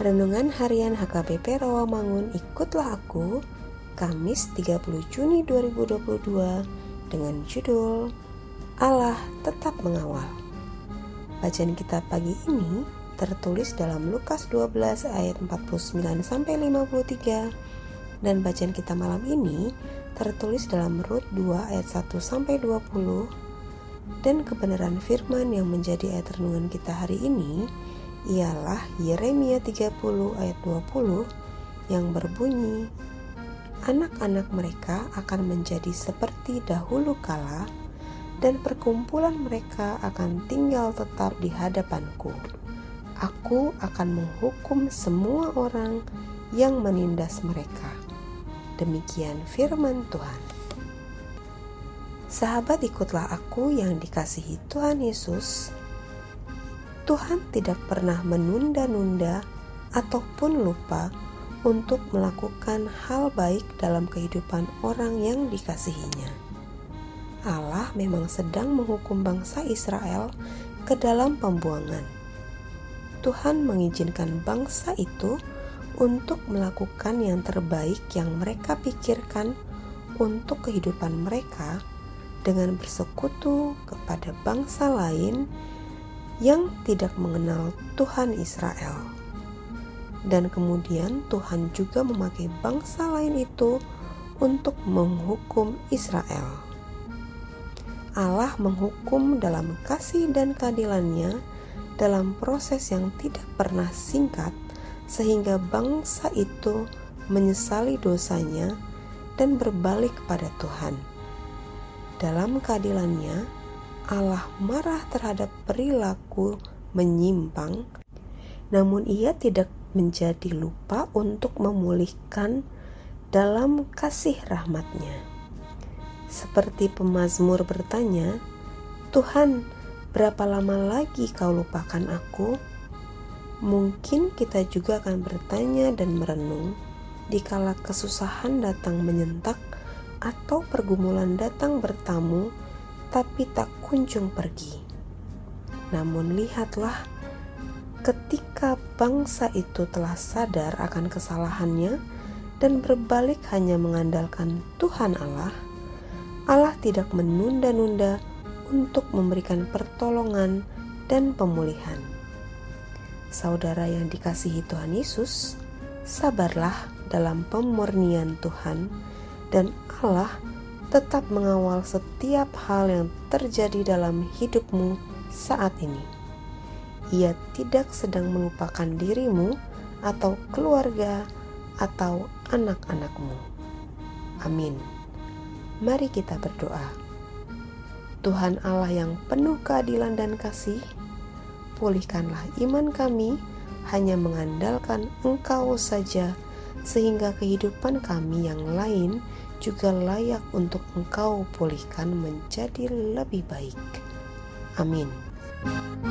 Renungan Harian HKBP Rawamangun, ikutlah aku, Kamis 30 Juni 2022 dengan judul Allah tetap mengawal. Bacaan kita pagi ini tertulis dalam Lukas 12 ayat 49-53 dan bacaan kita malam ini tertulis dalam Rut 2 ayat 1-20 dan kebenaran firman yang menjadi ayat renungan kita hari ini ialah Yeremia 30 ayat 20 yang berbunyi, anak-anak mereka akan menjadi seperti dahulu kala dan perkumpulan mereka akan tinggal tetap di hadapanku. Aku akan menghukum semua orang yang menindas mereka. Demikian firman Tuhan. Sahabat, ikutlah aku yang dikasihi Tuhan Yesus. Tuhan tidak pernah menunda-nunda ataupun lupa untuk melakukan hal baik dalam kehidupan orang yang dikasihinya. Allah memang sedang menghukum bangsa Israel ke dalam pembuangan. Tuhan mengizinkan bangsa itu untuk melakukan yang terbaik yang mereka pikirkan untuk kehidupan mereka dengan bersekutu kepada bangsa lain yang tidak mengenal Tuhan Israel. Dan kemudian Tuhan juga memakai bangsa lain itu untuk menghukum Israel. Allah menghukum dalam kasih dan keadilannya dalam proses yang tidak pernah singkat, sehingga bangsa itu menyesali dosanya dan berbalik kepada Tuhan. Dalam keadilannya, Allah marah terhadap perilaku menyimpang, namun Ia tidak menjadi lupa untuk memulihkan dalam kasih rahmat-Nya. Seperti pemazmur bertanya, Tuhan, berapa lama lagi Kau lupakan aku? Mungkin kita juga akan bertanya dan merenung dikala kesusahan datang menyentak atau pergumulan datang bertamu tapi tak kunjung pergi. Namun lihatlah, ketika bangsa itu telah sadar akan kesalahannya dan berbalik hanya mengandalkan Tuhan Allah, Allah tidak menunda-nunda untuk memberikan pertolongan dan pemulihan. Saudara yang dikasihi Tuhan Yesus, sabarlah dalam pemurnian Tuhan, dan Allah tetap mengawal setiap hal yang terjadi dalam hidupmu saat ini. Ia tidak sedang melupakan dirimu atau keluarga atau anak-anakmu. Amin. Mari kita berdoa. Tuhan Allah yang penuh keadilan dan kasih, pulihkanlah iman kami hanya mengandalkan Engkau saja, sehingga kehidupan kami yang lain juga layak untuk Engkau pulihkan menjadi lebih baik. Amin.